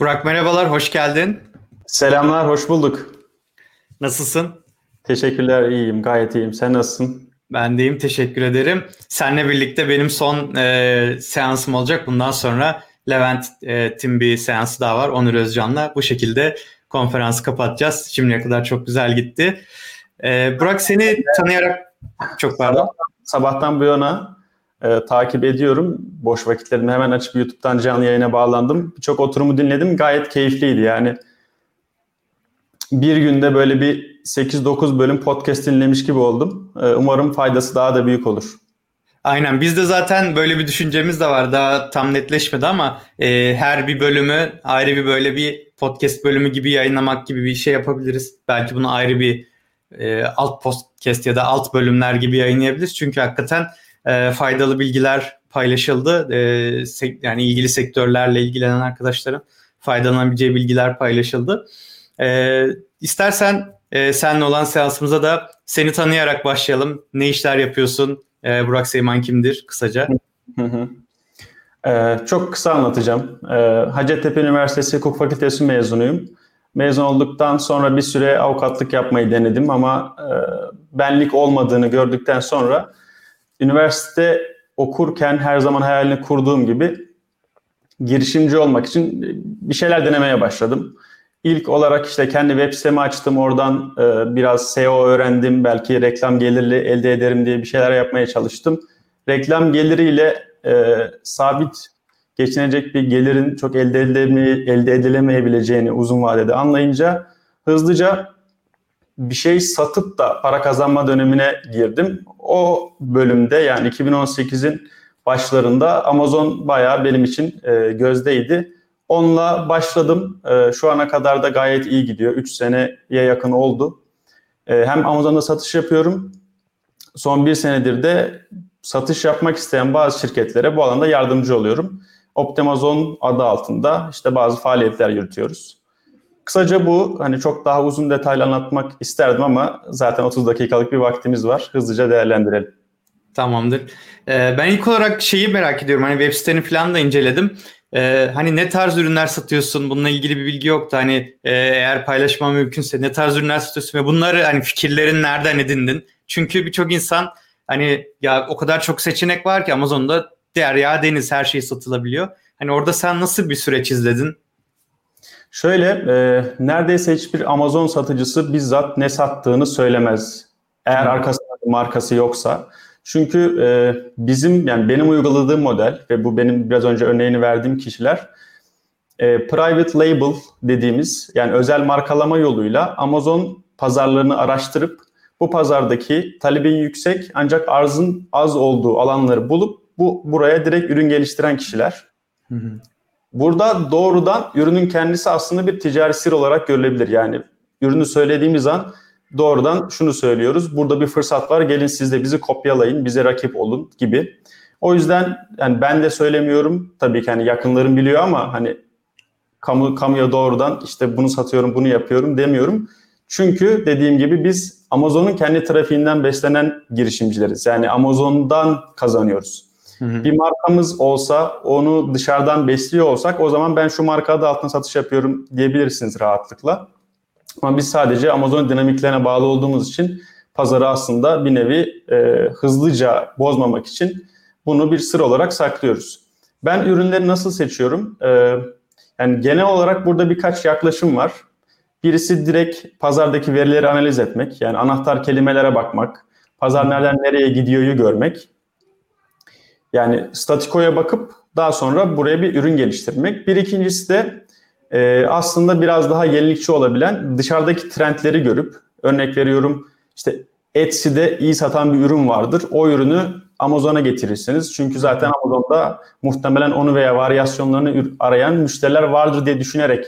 Burak merhabalar, hoş geldin. Selamlar, hoş bulduk. Nasılsın? Teşekkürler, iyiyim, gayet iyiyim. Sen nasılsın? Ben deyim, teşekkür ederim. Seninle birlikte benim son seansım olacak. Bundan sonra Levent'in bir seansı daha var Onur Özcan'la. Bu şekilde konferansı kapatacağız. Şimdiye kadar çok güzel gitti. Burak seni tanıyarak, çok pardon. Sabahtan bu yana takip ediyorum. Boş vakitlerimi hemen açıp YouTube'dan canlı yayına bağlandım. Birçok oturumu dinledim, gayet keyifliydi. Yani bir günde böyle bir 8-9 bölüm podcast dinlemiş gibi oldum. Umarım faydası daha da büyük olur. Aynen, bizde zaten böyle bir düşüncemiz de var. Daha tam netleşmedi ama her bir bölümü ayrı bir böyle bir podcast bölümü gibi yayınlamak gibi bir şey yapabiliriz. Belki bunu ayrı bir alt podcast ya da alt bölümler gibi yayınlayabiliriz. Çünkü hakikaten faydalı bilgiler paylaşıldı. Yani ilgili sektörlerle ilgilenen arkadaşların faydalanabileceği bilgiler paylaşıldı. İstersen seninle olan seansımıza da seni tanıyarak başlayalım. Ne işler yapıyorsun? Burak Seyman kimdir kısaca? Çok kısa anlatacağım. Hacettepe Üniversitesi Hukuk Fakültesi mezunuyum. Mezun olduktan sonra bir süre avukatlık yapmayı denedim ama benlik olmadığını gördükten sonra üniversite okurken her zaman hayalini kurduğum gibi girişimci olmak için bir şeyler denemeye başladım. İlk olarak işte kendi web sitemi açtım. Oradan biraz SEO öğrendim. Belki reklam geliri elde ederim diye bir şeyler yapmaya çalıştım. Reklam geliriyle sabit geçinecek bir gelirin çok elde edilemeyebileceğini uzun vadede anlayınca hızlıca bir şey satıp da para kazanma dönemine girdim. O bölümde yani 2018'in başlarında Amazon bayağı benim için gözdeydi. Onunla başladım. Şu ana kadar da gayet iyi gidiyor. 3 seneye yakın oldu. Hem Amazon'da satış yapıyorum. Son 1 senedir de satış yapmak isteyen bazı şirketlere bu alanda yardımcı oluyorum. Optimazon adı altında işte bazı faaliyetler yürütüyoruz. Kısaca bu, hani çok daha uzun detaylı anlatmak isterdim ama zaten 30 dakikalık bir vaktimiz var. Hızlıca değerlendirelim. Tamamdır. Ben ilk olarak şeyi merak ediyorum. Hani web siteni falan da inceledim. Hani ne tarz ürünler satıyorsun? Bununla ilgili bir bilgi yoktu. Hani eğer paylaşmam mümkünse ne tarz ürünler satıyorsun ve bunları hani fikirlerin nereden edindin? Çünkü birçok insan hani ya o kadar çok seçenek var ki Amazon'da derya deniz her şey satılabiliyor. Hani orada sen nasıl bir süreç izledin? Şöyle, neredeyse hiçbir Amazon satıcısı bizzat ne sattığını söylemez. Eğer arkasında bir markası yoksa. Çünkü yani benim uyguladığım model ve bu benim biraz önce örneğini verdiğim kişiler private label dediğimiz yani özel markalama yoluyla Amazon pazarlarını araştırıp bu pazardaki talebin yüksek ancak arzın az olduğu alanları bulup buraya direkt ürün geliştiren kişiler. Hı hı. Burada doğrudan ürünün kendisi aslında bir ticari sır olarak görülebilir. Yani ürünü söylediğimiz an doğrudan şunu söylüyoruz. Burada bir fırsat var. Gelin siz de bizi kopyalayın, bize rakip olun gibi. O yüzden yani ben de söylemiyorum. Tabii ki hani yakınlarım biliyor ama hani kamuya doğrudan işte bunu satıyorum, bunu yapıyorum demiyorum. Çünkü dediğim gibi biz Amazon'un kendi trafiğinden beslenen girişimcileriz. Yani Amazon'dan kazanıyoruz. Bir markamız olsa, onu dışarıdan besliyor olsak o zaman ben şu marka adı altına satış yapıyorum diyebilirsiniz rahatlıkla. Ama biz sadece Amazon dinamiklerine bağlı olduğumuz için pazarı aslında bir nevi hızlıca bozmamak için bunu bir sır olarak saklıyoruz. Ben ürünleri nasıl seçiyorum? Yani genel olarak burada birkaç yaklaşım var. Birisi direkt pazardaki verileri analiz etmek, yani anahtar kelimelere bakmak, pazar nereden nereye gidiyor'yu görmek. Yani statikoya bakıp daha sonra buraya bir ürün geliştirmek. Bir ikincisi de aslında biraz daha yenilikçi olabilen dışarıdaki trendleri görüp, örnek veriyorum işte Etsy'de iyi satan bir ürün vardır. O ürünü Amazon'a getirirsiniz. Çünkü zaten Amazon'da muhtemelen onu veya varyasyonlarını arayan müşteriler vardır diye düşünerek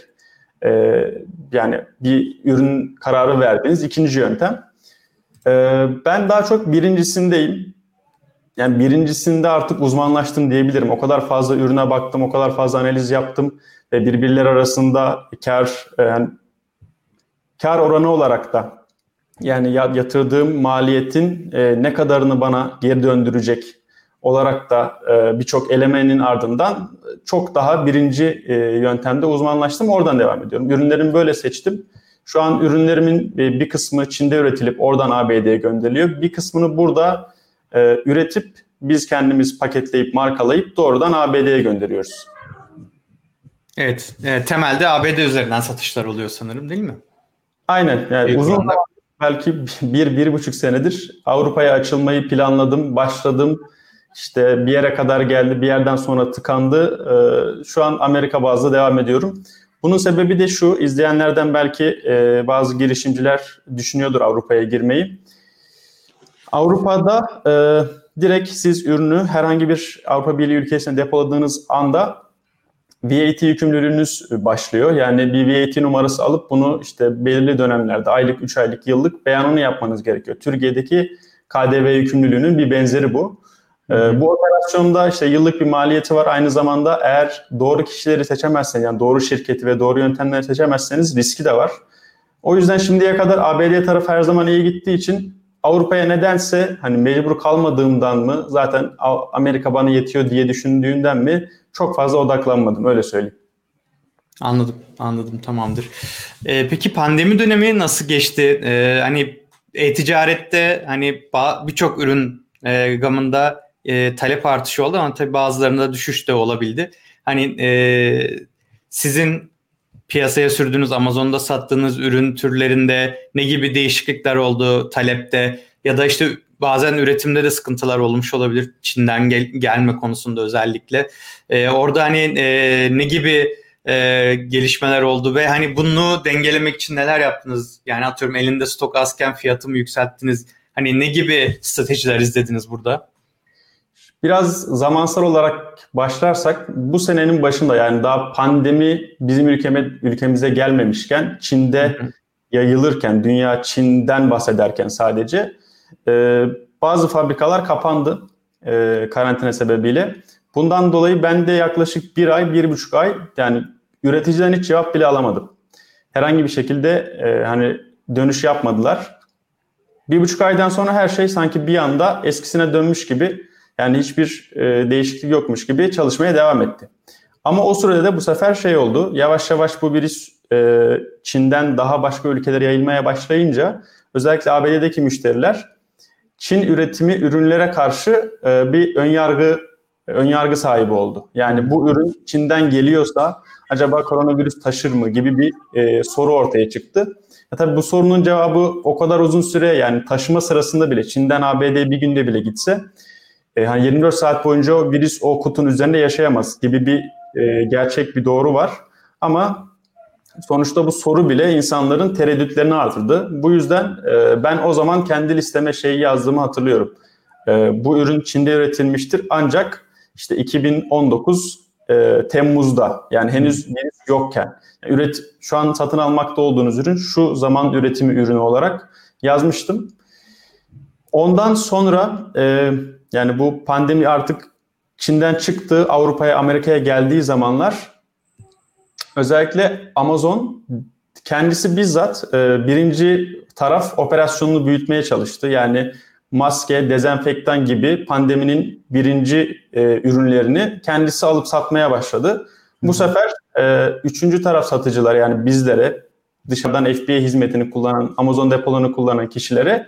yani bir ürün kararı verdiğiniz ikinci yöntem. Ben daha çok birincisindeyim. Yani birincisinde artık uzmanlaştım diyebilirim. O kadar fazla ürüne baktım, o kadar fazla analiz yaptım ve birbirleri arasında kar oranı olarak da yani yatırdığım maliyetin ne kadarını bana geri döndürecek olarak da birçok elemenin ardından çok daha birinci yöntemde uzmanlaştım. Oradan devam ediyorum. Ürünlerimi böyle seçtim. Şu an ürünlerimin bir kısmı Çin'de üretilip oradan ABD'ye gönderiliyor. Bir kısmını burada üretip biz kendimiz paketleyip markalayıp doğrudan ABD'ye gönderiyoruz. Evet, temelde ABD üzerinden satışlar oluyor sanırım, değil mi? Aynen. Yani uzun zaman, belki 1-1,5 senedir Avrupa'ya açılmayı planladım, başladım. İşte bir yere kadar geldi, bir yerden sonra tıkandı. Şu an Amerika bazlı devam ediyorum. Bunun sebebi de şu, izleyenlerden belki bazı girişimciler düşünüyordur Avrupa'ya girmeyi. Avrupa'da direkt siz ürünü herhangi bir Avrupa Birliği ülkesine depoladığınız anda VAT yükümlülüğünüz başlıyor. Yani bir VAT numarası alıp bunu işte belirli dönemlerde aylık, 3 aylık, yıllık beyanını yapmanız gerekiyor. Türkiye'deki KDV yükümlülüğünün bir benzeri bu. Bu operasyonda işte yıllık bir maliyeti var. Aynı zamanda eğer doğru kişileri seçemezseniz, yani doğru şirketi ve doğru yöntemleri seçemezseniz riski de var. O yüzden şimdiye kadar ABD tarafı her zaman iyi gittiği için Avrupa'ya nedense hani mecbur kalmadığımdan mı, zaten Amerika bana yetiyor diye düşündüğümden mi çok fazla odaklanmadım, öyle söyleyeyim. Anladım, tamamdır. Peki pandemi dönemi nasıl geçti? Hani e-ticarette hani birçok ürün gamında talep artışı oldu ama tabii bazılarında düşüş de olabildi. Hani sizin piyasaya sürdüğünüz, Amazon'da sattığınız ürün türlerinde ne gibi değişiklikler oldu talepte, ya da işte bazen üretimde de sıkıntılar olmuş olabilir Çin'den gelme konusunda özellikle. Orada hani ne gibi gelişmeler oldu ve hani bunu dengelemek için neler yaptınız? Yani atıyorum elinde stok azken fiyatı mı yükselttiniz? Hani ne gibi stratejiler izlediniz burada? Biraz zamansal olarak başlarsak bu senenin başında, yani daha pandemi bizim ülkemize gelmemişken, Çin'de yayılırken, dünya Çin'den bahsederken sadece bazı fabrikalar kapandı karantina sebebiyle. Bundan dolayı ben de yaklaşık 1,5 ay yani üreticiden hiç cevap bile alamadım. Herhangi bir şekilde hani dönüş yapmadılar. 1,5 aydan sonra her şey sanki bir anda eskisine dönmüş gibi, yani hiçbir değişiklik yokmuş gibi çalışmaya devam etti. Ama o sırada da bu sefer şey oldu. Yavaş yavaş bu virüs Çin'den daha başka ülkelere yayılmaya başlayınca özellikle ABD'deki müşteriler Çin üretimi ürünlere karşı bir önyargı sahibi oldu. Yani bu ürün Çin'den geliyorsa acaba koronavirüs taşır mı gibi bir soru ortaya çıktı. Tabii bu sorunun cevabı o kadar uzun süre, yani taşıma sırasında bile Çin'den ABD'ye bir günde bile gitse hani 24 saat boyunca o virüs o kutunun üzerinde yaşayamaz gibi bir gerçek bir doğru var. Ama sonuçta bu soru bile insanların tereddütlerini artırdı. Bu yüzden ben o zaman kendi listeme şeyi yazdığımı hatırlıyorum. Bu ürün Çin'de üretilmiştir ancak işte 2019 Temmuz'da, yani henüz virüs yokken, şu an satın almakta olduğunuz ürün şu zaman üretimi ürünü olarak yazmıştım. Ondan sonra yani bu pandemi artık Çin'den çıktı, Avrupa'ya, Amerika'ya geldiği zamanlar özellikle Amazon kendisi bizzat birinci taraf operasyonunu büyütmeye çalıştı. Yani maske, dezenfektan gibi pandeminin birinci ürünlerini kendisi alıp satmaya başladı. Bu sefer üçüncü taraf satıcılar, yani bizlere, dışarıdan FBA hizmetini kullanan, Amazon depolarını kullanan kişilere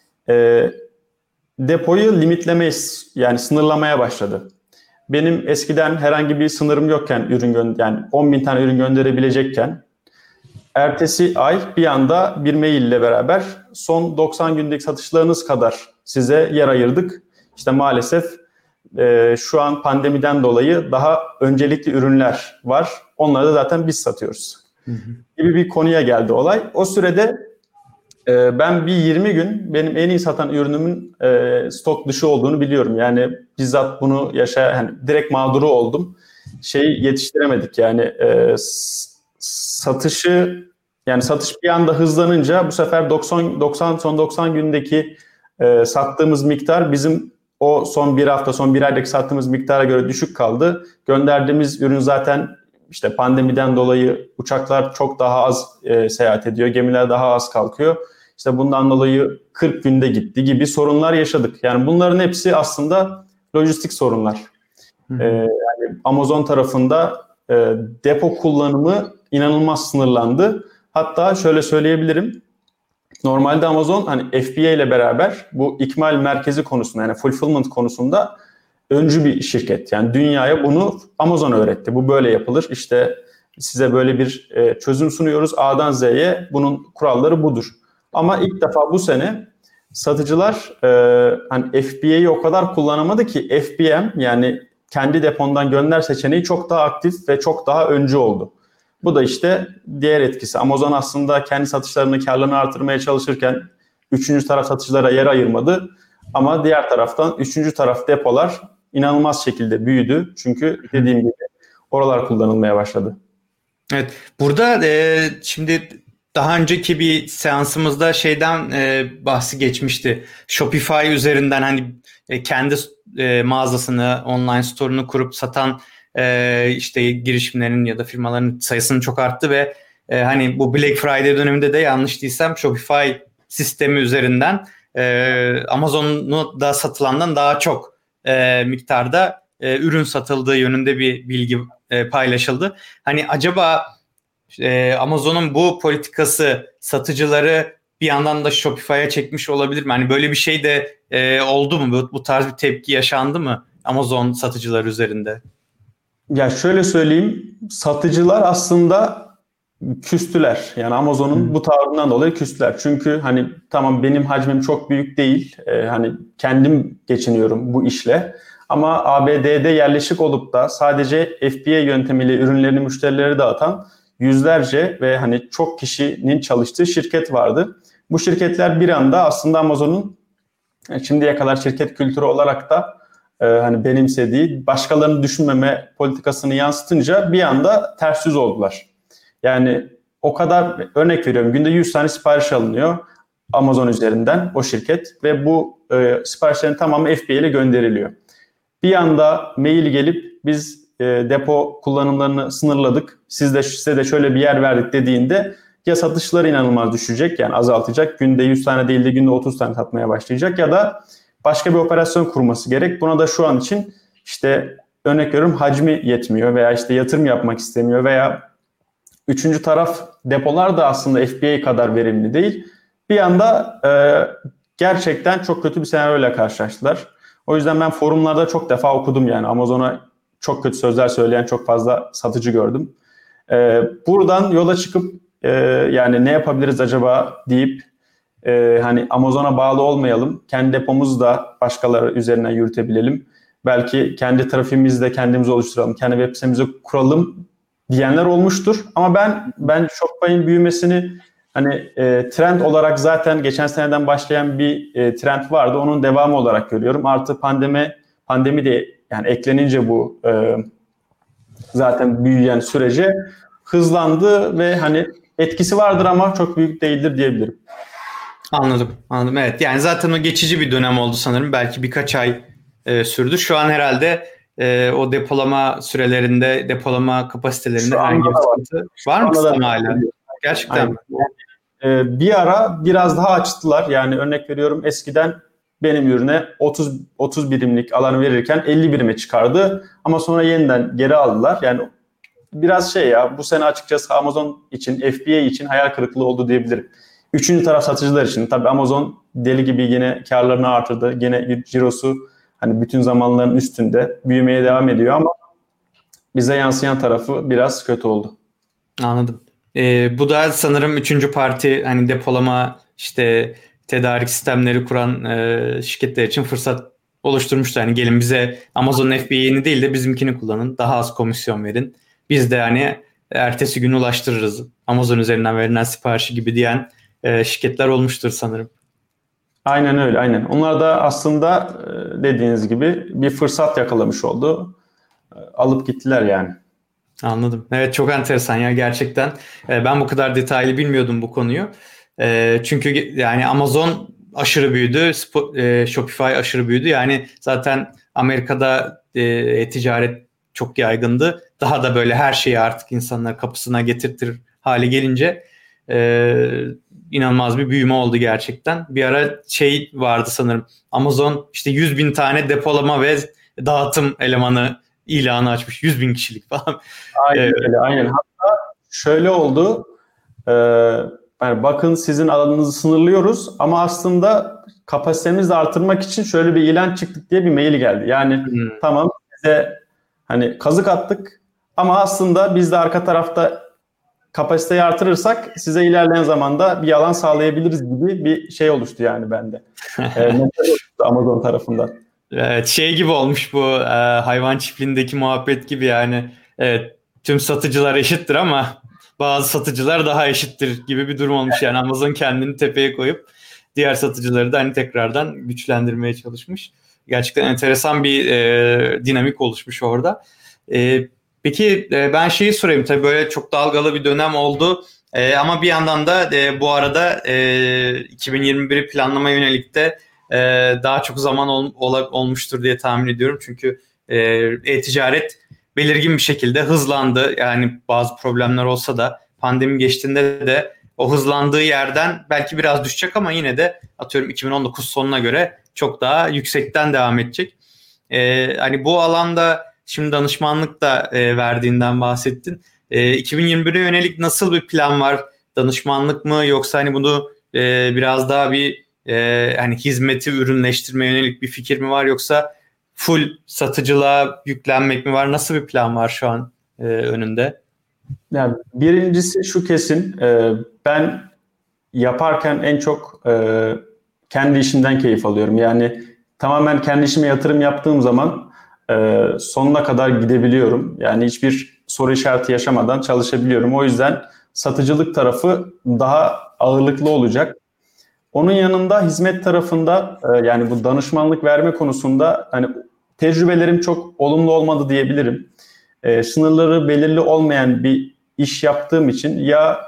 depoyu limitlemeye, yani sınırlamaya başladı. Benim eskiden herhangi bir sınırım yokken yani 10.000 tane ürün gönderebilecekken ertesi ay bir anda bir maille beraber son 90 gündeki satışlarınız kadar size yer ayırdık. İşte maalesef şu an pandemiden dolayı daha öncelikli ürünler var. Onları da zaten biz satıyoruz. Gibi bir konuya geldi olay. O sürede ben bir 20 gün benim en iyi satan ürünümün stok dışı olduğunu biliyorum. Yani bizzat bunu yani direkt mağduru oldum. Yetiştiremedik yani satış bir anda hızlanınca bu sefer son 90 gündeki sattığımız miktar bizim o son bir hafta, son bir aydaki sattığımız miktara göre düşük kaldı. Gönderdiğimiz ürün zaten işte pandemiden dolayı uçaklar çok daha az seyahat ediyor, gemiler daha az kalkıyor. İşte bundan dolayı 40 günde gitti gibi sorunlar yaşadık. Yani bunların hepsi aslında lojistik sorunlar. Yani Amazon tarafında depo kullanımı inanılmaz sınırlandı. Hatta şöyle söyleyebilirim. Normalde Amazon hani FBA ile beraber bu ikmal merkezi konusunda yani fulfillment konusunda öncü bir şirket. Yani dünyaya bunu Amazon öğretti. Bu böyle yapılır. İşte size böyle bir çözüm sunuyoruz. A'dan Z'ye bunun kuralları budur. Ama ilk defa bu sene satıcılar hani FBA'yı o kadar kullanamadı ki FBM yani kendi depondan gönder seçeneği çok daha aktif ve çok daha öncü oldu. Bu da işte diğer etkisi. Amazon aslında kendi satışlarını, karlarını artırmaya çalışırken üçüncü taraf satıcılara yer ayırmadı. Ama diğer taraftan üçüncü taraf depolar inanılmaz şekilde büyüdü. Çünkü dediğim gibi oralar kullanılmaya başladı. Evet, burada şimdi daha önceki bir seansımızda şeyden bahsi geçmişti. Shopify üzerinden hani kendi mağazasını, online store'unu kurup satan işte girişimlerin ya da firmaların sayısının çok arttı ve hani bu Black Friday döneminde de yanlış değilsem Shopify sistemi üzerinden Amazon'u da satılandan daha çok miktarda ürün satıldığı yönünde bir bilgi paylaşıldı. Hani acaba Amazon'un bu politikası satıcıları bir yandan da Shopify'a çekmiş olabilir mi? Hani böyle bir şey de oldu mu? Bu tarz bir tepki yaşandı mı Amazon satıcılar üzerinde? Ya şöyle söyleyeyim, satıcılar aslında küstüler. Yani Amazon'un bu tavrından dolayı küstüler. Çünkü hani tamam benim hacmim çok büyük değil. Hani kendim geçiniyorum bu işle. Ama ABD'de yerleşik olup da sadece FBA yöntemiyle ürünlerini müşterilere dağıtan yüzlerce ve hani çok kişinin çalıştığı şirket vardı. Bu şirketler bir anda aslında Amazon'un şimdiye kadar şirket kültürü olarak da hani benimsediği başkalarını düşünmeme politikasını yansıtınca bir anda ters yüz oldular. Yani o kadar örnek veriyorum günde 100 tane sipariş alınıyor Amazon üzerinden o şirket ve bu siparişlerin tamamı FBA ile gönderiliyor. Bir anda mail gelip biz depo kullanımlarını sınırladık. Size de şöyle bir yer verdik dediğinde ya satışları inanılmaz düşecek yani azaltacak. Günde 100 tane değil de günde 30 tane satmaya başlayacak ya da başka bir operasyon kurması gerek. Buna da şu an için işte örnek veriyorum hacmi yetmiyor veya işte yatırım yapmak istemiyor veya üçüncü taraf depolar da aslında FBA kadar verimli değil. Bir anda gerçekten çok kötü bir senaryoyla karşılaştılar. O yüzden ben forumlarda çok defa okudum yani Amazon'a çok kötü sözler söyleyen çok fazla satıcı gördüm. Buradan yola çıkıp yani ne yapabiliriz acaba deyip hani Amazon'a bağlı olmayalım. Kendi depomuzu da başkaları üzerinden yürütebilelim. Belki kendi trafiğimizi de kendimiz oluşturalım. Kendi web sitemizi kuralım diyenler olmuştur. Ama ben Shopify'in büyümesini hani trend olarak zaten geçen seneden başlayan bir trend vardı. Onun devamı olarak görüyorum. Artı pandemi de yani eklenince bu zaten büyüyen sürece hızlandı ve hani etkisi vardır ama çok büyük değildir diyebilirim. Anladım. Evet, yani zaten o geçici bir dönem oldu sanırım. Belki birkaç ay sürdü. Şu an herhalde o depolama sürelerinde, depolama kapasitelerinde herhangi bir sıkıntı var mı kısıtlama hala? Gerçekten mi? Bir ara biraz daha açtılar. Yani örnek veriyorum eskiden benim ürüne 30 birimlik alan verirken 50 birime çıkardı. Ama sonra yeniden geri aldılar. Yani biraz bu sene açıkçası Amazon için, FBA için hayal kırıklığı oldu diyebilirim. Üçüncü taraf satıcılar için. Tabii Amazon deli gibi yine karlarını artırdı. Yine cirosu hani bütün zamanların üstünde büyümeye devam ediyor ama bize yansıyan tarafı biraz kötü oldu. Anladım. Bu da sanırım üçüncü parti hani depolama işte tedarik sistemleri kuran şirketler için fırsat oluşturmuştu. Yani gelin bize Amazon'un FBA'ini değil de bizimkini kullanın. Daha az komisyon verin. Biz de hani ertesi gün ulaştırırız. Amazon üzerinden verilen siparişi gibi diyen şirketler olmuştur sanırım. Aynen öyle, aynen. Onlar da aslında dediğiniz gibi bir fırsat yakalamış oldu. Alıp gittiler yani. Anladım. Evet, çok enteresan ya gerçekten. Ben bu kadar detaylı bilmiyordum bu konuyu. Çünkü yani Amazon aşırı büyüdü, Shopify aşırı büyüdü. Yani zaten Amerika'da ticaret çok yaygındı. Daha da böyle her şeyi artık insanlar kapısına getirtir hale gelince inanılmaz bir büyüme oldu gerçekten. Bir ara vardı sanırım. Amazon işte 100.000 tane depolama ve dağıtım elemanı ilanı açmış. 100.000 kişilik falan. Aynen öyle, aynen. Hatta şöyle oldu. Ee, Yani bakın sizin alanınızı sınırlıyoruz ama aslında kapasitemizi de artırmak için şöyle bir ilan çıktık diye bir mail geldi. Yani tamam, size hani kazık attık ama aslında biz de arka tarafta kapasiteyi artırırsak size ilerleyen zamanda bir alan sağlayabiliriz gibi bir şey oluştu yani bende. Mesaj oluştu Amazon tarafından. Evet, şey gibi olmuş bu hayvan çiftliğindeki muhabbet gibi yani. Evet, tüm satıcılar eşittir ama bazı satıcılar daha eşittir gibi bir durum olmuş. Yani Amazon kendini tepeye koyup diğer satıcıları da hani tekrardan güçlendirmeye çalışmış. Gerçekten enteresan bir dinamik oluşmuş orada. Peki ben şeyi sorayım, tabii böyle çok dalgalı bir dönem oldu. Ama bir yandan da bu arada 2021'i planlamaya yönelik de daha çok zaman olmuştur diye tahmin ediyorum. Çünkü e-ticaret belirgin bir şekilde hızlandı. Yani bazı problemler olsa da pandemi geçtiğinde de o hızlandığı yerden belki biraz düşecek ama yine de atıyorum 2019 sonuna göre çok daha yüksekten devam edecek. Hani bu alanda şimdi danışmanlık da verdiğinden bahsettin. 2021'e yönelik nasıl bir plan var? Danışmanlık mı yoksa hani bunu biraz daha bir hani hizmeti ürünleştirmeye yönelik bir fikir mi var yoksa full satıcılığa yüklenmek mi var? Nasıl bir plan var şu an önünde? Yani birincisi şu kesin, ben yaparken en çok kendi işimden keyif alıyorum. Yani tamamen kendi işime yatırım yaptığım zaman sonuna kadar gidebiliyorum. Yani hiçbir soru işareti yaşamadan çalışabiliyorum. O yüzden satıcılık tarafı daha ağırlıklı olacak. Onun yanında hizmet tarafında yani bu danışmanlık verme konusunda hani tecrübelerim çok olumlu olmadı diyebilirim. Sınırları belirli olmayan bir iş yaptığım için ya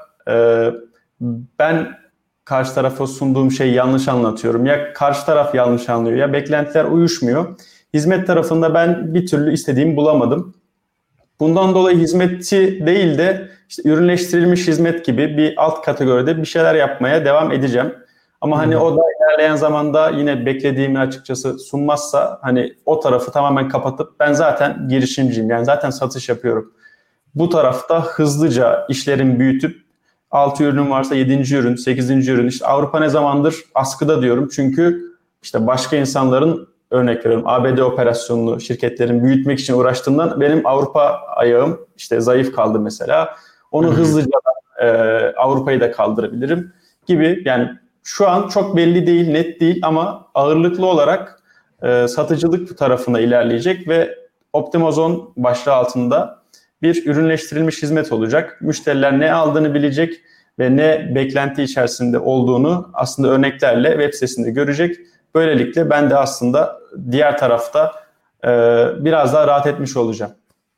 ben karşı tarafa sunduğum şeyi yanlış anlatıyorum ya karşı taraf yanlış anlıyor ya beklentiler uyuşmuyor. Hizmet tarafında ben bir türlü istediğimi bulamadım. Bundan dolayı hizmetçi değil de işte ürünleştirilmiş hizmet gibi bir alt kategoride bir şeyler yapmaya devam edeceğim. Ama hani o da ilerleyen zamanda yine beklediğimi açıkçası sunmazsa hani o tarafı tamamen kapatıp ben zaten girişimciyim yani zaten satış yapıyorum. Bu tarafta hızlıca işlerimi büyütüp 6 ürünüm varsa 7. ürün, 8. ürün işte Avrupa ne zamandır askıda diyorum. Çünkü işte başka insanların örnek veriyorum ABD operasyonlu şirketlerin büyütmek için uğraştığımdan benim Avrupa ayağım işte zayıf kaldı mesela. Onu hızlıca Avrupa'yı da kaldırabilirim gibi yani şu an çok belli değil, net değil ama ağırlıklı olarak satıcılık tarafına ilerleyecek ve Optimozon başlığı altında bir ürünleştirilmiş hizmet olacak. Müşteriler ne aldığını bilecek ve ne beklenti içerisinde olduğunu aslında örneklerle web sitesinde görecek. Böylelikle ben de aslında diğer tarafta biraz daha rahat etmiş olacağım.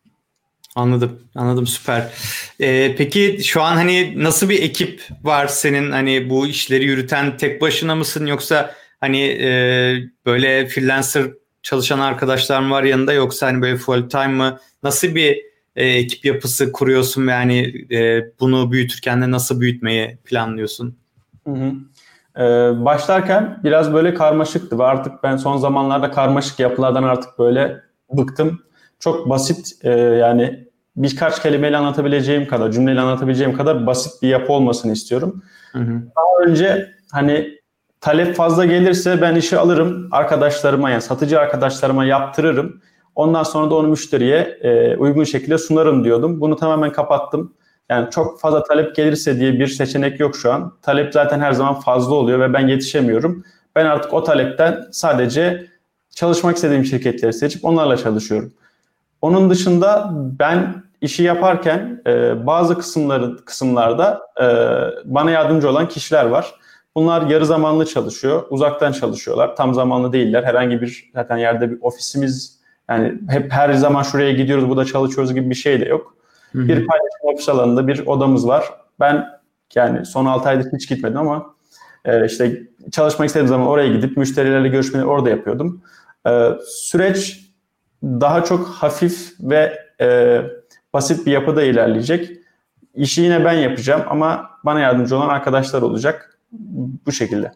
Anladım, süper. Peki şu an hani nasıl bir ekip var senin, hani bu işleri yürüten, tek başına mısın yoksa hani böyle freelancer çalışan arkadaşlar mı var yanında yoksa hani böyle full time mı? Nasıl bir ekip yapısı kuruyorsun ve hani bunu büyütürken de nasıl büyütmeyi planlıyorsun? Hı hı. Başlarken biraz böyle karmaşıktı ve artık ben son zamanlarda karmaşık yapılardan artık böyle bıktım. Çok basit yani birkaç kelimeyle anlatabileceğim kadar, cümleyle anlatabileceğim kadar basit bir yapı olmasını istiyorum. Daha önce hani talep fazla gelirse ben işi alırım, arkadaşlarıma yani satıcı arkadaşlarıma yaptırırım. Ondan sonra da onu müşteriye uygun şekilde sunarım diyordum. Bunu tamamen kapattım. Yani çok fazla talep gelirse diye bir seçenek yok şu an. Talep zaten her zaman fazla oluyor ve ben yetişemiyorum. Ben artık o talepten sadece çalışmak istediğim şirketleri seçip onlarla çalışıyorum. Onun dışında ben işi yaparken bazı kısımlarda bana yardımcı olan kişiler var. Bunlar yarı zamanlı çalışıyor, uzaktan çalışıyorlar. Tam zamanlı değiller. Herhangi bir zaten yerde bir ofisimiz yani hep her zaman şuraya gidiyoruz, burada çalışıyoruz gibi bir şey de yok. Bir paylaşım ofis alanında bir odamız var. Ben yani son 6 aydır hiç gitmedim ama işte çalışmak istediğim zaman oraya gidip müşterilerle görüşmeleri orada yapıyordum. Süreç daha çok hafif ve basit bir yapıda ilerleyecek. İşi yine ben yapacağım ama bana yardımcı olan arkadaşlar olacak. Bu şekilde.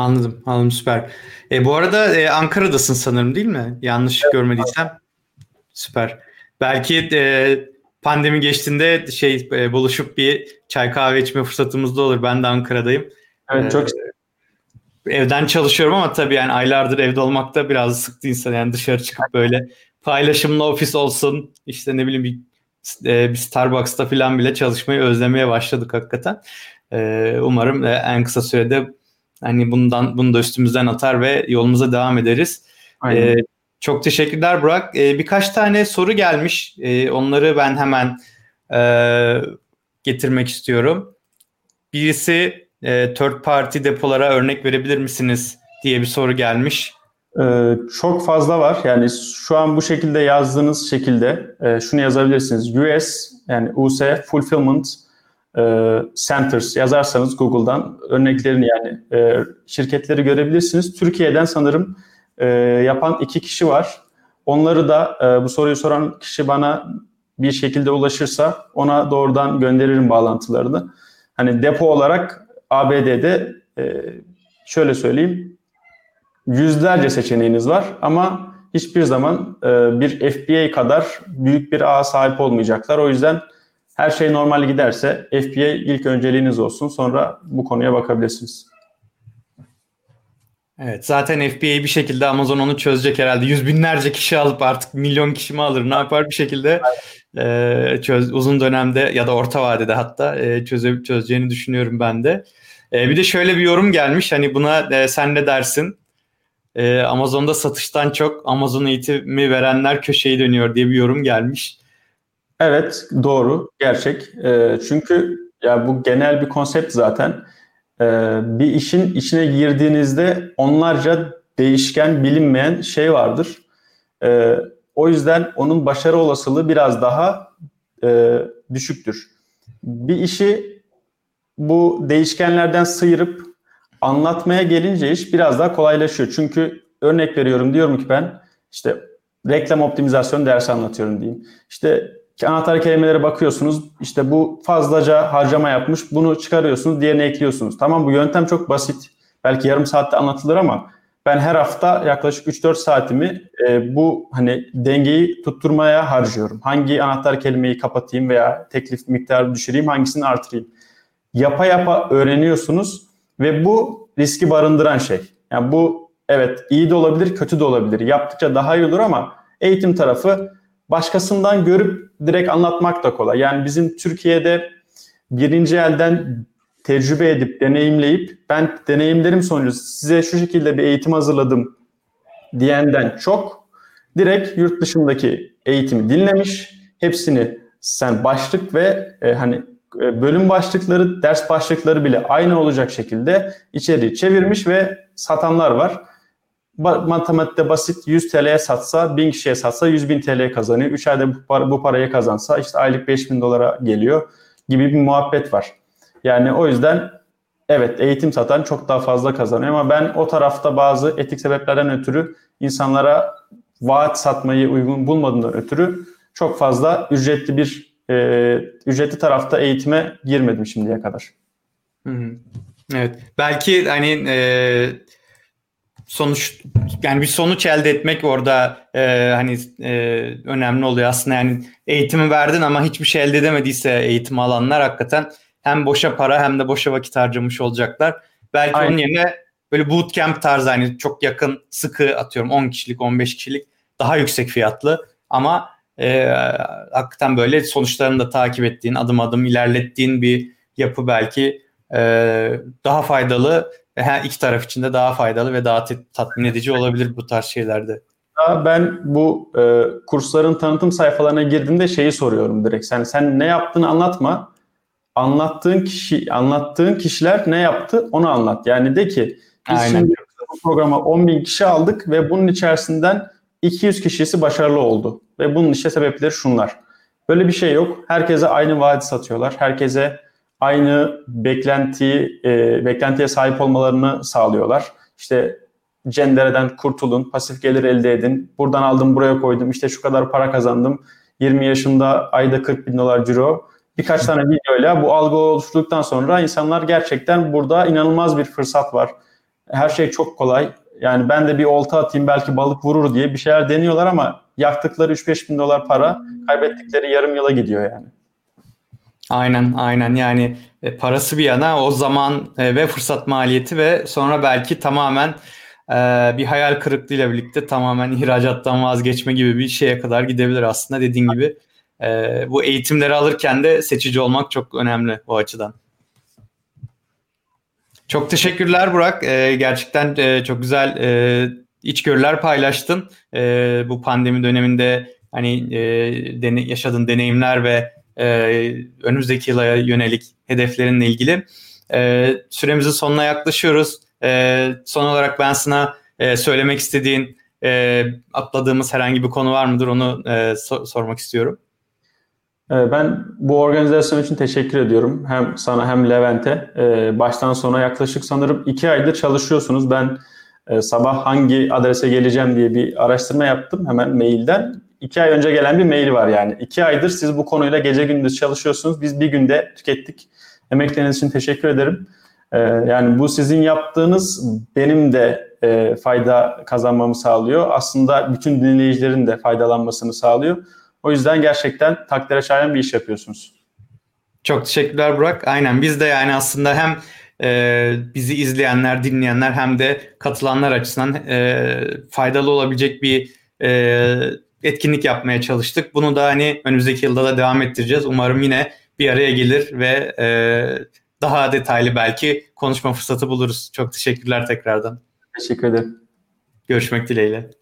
Anladım, süper. Bu arada Ankara'dasın sanırım, değil mi? Yanlış görmediysem. Süper. Belki pandemi geçtiğinde buluşup bir çay kahve içme fırsatımız da olur. Ben de Ankara'dayım. Evet, çok Evden çalışıyorum ama tabii yani aylardır evde olmak da biraz sıktı insan. Yani dışarı çıkıp böyle paylaşımlı ofis olsun, işte ne bileyim bir Starbucks'ta falan bile çalışmayı özlemeye başladık hakikaten. Umarım en kısa sürede hani bunu da üstümüzden atar ve yolumuza devam ederiz. aynen. Çok teşekkürler Burak. Birkaç tane soru gelmiş. Onları ben hemen getirmek istiyorum. Birisi third party depolara örnek verebilir misiniz diye bir soru gelmiş. Çok fazla var. Yani şu an bu şekilde yazdığınız şekilde şunu yazabilirsiniz. US yani US Fulfillment Centers yazarsanız Google'dan örneklerini yani şirketleri görebilirsiniz. Türkiye'den sanırım yapan 2 kişi var. Onları da bu soruyu soran kişi bana bir şekilde ulaşırsa ona doğrudan gönderirim bağlantılarını. Hani depo olarak ABD'de şöyle söyleyeyim, yüzlerce seçeneğiniz var ama hiçbir zaman bir FBA kadar büyük bir ağa sahip olmayacaklar. O yüzden her şey normal giderse FBA ilk önceliğiniz olsun. Sonra bu konuya bakabilirsiniz. Evet, zaten FBA bir şekilde Amazon onu çözecek herhalde. Yüz binlerce kişi alıp artık milyon kişi mi alır ne yapar bir şekilde uzun dönemde ya da orta vadede hatta çözeceğini düşünüyorum ben de. Bir de şöyle bir yorum gelmiş, hani buna sen ne dersin? Amazon'da satıştan çok Amazon eğitimi verenler köşeyi dönüyor diye bir yorum gelmiş. Evet, doğru, gerçek. Çünkü ya bu genel bir konsept zaten. Bir işin içine girdiğinizde onlarca değişken, bilinmeyen şey vardır. O yüzden onun başarı olasılığı biraz daha düşüktür. Bir işi bu değişkenlerden sıyırıp anlatmaya gelince iş biraz daha kolaylaşıyor. Çünkü örnek veriyorum, diyorum ki ben işte reklam optimizasyon dersi anlatıyorum diyeyim. İşte anahtar kelimelere bakıyorsunuz, işte bu fazlaca harcama yapmış, bunu çıkarıyorsunuz, diğerini ekliyorsunuz. Tamam, bu yöntem çok basit. Belki yarım saatte anlatılır ama ben her hafta yaklaşık 3-4 saatimi bu hani dengeyi tutturmaya harcıyorum. Hangi anahtar kelimeyi kapatayım veya teklif miktarı düşüreyim, hangisini artırayım. Yapa yapa öğreniyorsunuz ve bu riski barındıran şey. Yani bu evet iyi de olabilir, kötü de olabilir. Yaptıkça daha iyi olur ama eğitim tarafı başkasından görüp direkt anlatmak da kolay. Yani bizim Türkiye'de birinci elden tecrübe edip, deneyimleyip ben deneyimlerim sonucu size şu şekilde bir eğitim hazırladım diyenden çok direkt yurt dışındaki eğitimi dinlemiş, hepsini sen başlık ve bölüm başlıkları, ders başlıkları bile aynı olacak şekilde içeriği çevirmiş ve satanlar var. Matematikte basit, 100 TL'ye satsa, 1000 kişiye satsa 100.000 TL kazanıyor. 3 ayda bu parayı kazansa işte aylık 5.000 dolara geliyor gibi bir muhabbet var. Yani o yüzden evet, eğitim satan çok daha fazla kazanıyor ama ben o tarafta bazı etik sebeplerden ötürü insanlara vaat satmayı uygun bulmadığından ötürü çok fazla ücretli tarafta eğitime girmedim şimdiye kadar. Hı-hı. Evet. Belki hani bir sonuç elde etmek orada önemli oluyor aslında. Yani eğitimi verdin ama hiçbir şey elde edemediyse eğitim alanlar hakikaten hem boşa para hem de boşa vakit harcamış olacaklar. Belki Aynen. onun yerine böyle bootcamp tarzı, hani çok yakın, sıkı, atıyorum 10 kişilik 15 kişilik daha yüksek fiyatlı ama hakikaten böyle sonuçlarını da takip ettiğin, adım adım ilerlettiğin bir yapı belki daha faydalı, her iki taraf için de daha faydalı ve daha tatmin edici olabilir bu tarz şeylerde. Ben bu kursların tanıtım sayfalarına girdiğimde şeyi soruyorum direkt. Sen ne yaptığını anlatma. Anlattığın kişiler ne yaptı onu anlat. Yani de ki biz Aynen. şimdi bu programa 10.000 kişi aldık ve bunun içerisinden 200 kişisi başarılı oldu. Ve bunun işte sebepleri şunlar. Böyle bir şey yok. Herkese aynı vaadi satıyorlar. Herkese aynı beklentiye sahip olmalarını sağlıyorlar. İşte cendereden kurtulun, pasif gelir elde edin. Buradan aldım, buraya koydum. İşte şu kadar para kazandım. 20 yaşında ayda 40.000 dolar ciro. Birkaç tane videoyla bu algı oluşturduktan sonra insanlar gerçekten burada inanılmaz bir fırsat var. Her şey çok kolay. Yani ben de bir olta atayım belki balık vurur diye bir şeyler deniyorlar ama yaktıkları 3-5 bin dolar para kaybettikleri yarım yıla gidiyor yani. Aynen yani parası bir yana o zaman ve fırsat maliyeti ve sonra belki tamamen bir hayal kırıklığıyla birlikte tamamen ihracattan vazgeçme gibi bir şeye kadar gidebilir aslında dediğin gibi. Bu eğitimleri alırken de seçici olmak çok önemli o açıdan. Çok teşekkürler Burak. Gerçekten çok güzel içgörüler paylaştın. Bu pandemi döneminde hani yaşadığın deneyimler ve önümüzdeki yıla yönelik hedeflerinle ilgili. Süremizin sonuna yaklaşıyoruz. Son olarak ben sana söylemek istediğin atladığımız herhangi bir konu var mıdır onu sormak istiyorum. Ben bu organizasyon için teşekkür ediyorum. Hem sana hem Levent'e. Baştan sona yaklaşık sanırım 2 aydır çalışıyorsunuz. Ben sabah hangi adrese geleceğim diye bir araştırma yaptım hemen mailden. 2 ay önce gelen bir mail var yani. 2 aydır siz bu konuyla gece gündüz çalışıyorsunuz. Biz bir günde tükettik. Emekleriniz için teşekkür ederim. Yani bu sizin yaptığınız benim de fayda kazanmamı sağlıyor. Aslında bütün dinleyicilerin de faydalanmasını sağlıyor. O yüzden gerçekten takdire şayan bir iş yapıyorsunuz. Çok teşekkürler Burak. Aynen biz de yani aslında hem bizi izleyenler, dinleyenler hem de katılanlar açısından faydalı olabilecek bir etkinlik yapmaya çalıştık. Bunu da hani önümüzdeki yılda da devam ettireceğiz. Umarım yine bir araya gelir ve daha detaylı belki konuşma fırsatı buluruz. Çok teşekkürler tekrardan. Teşekkür ederim. Görüşmek dileğiyle.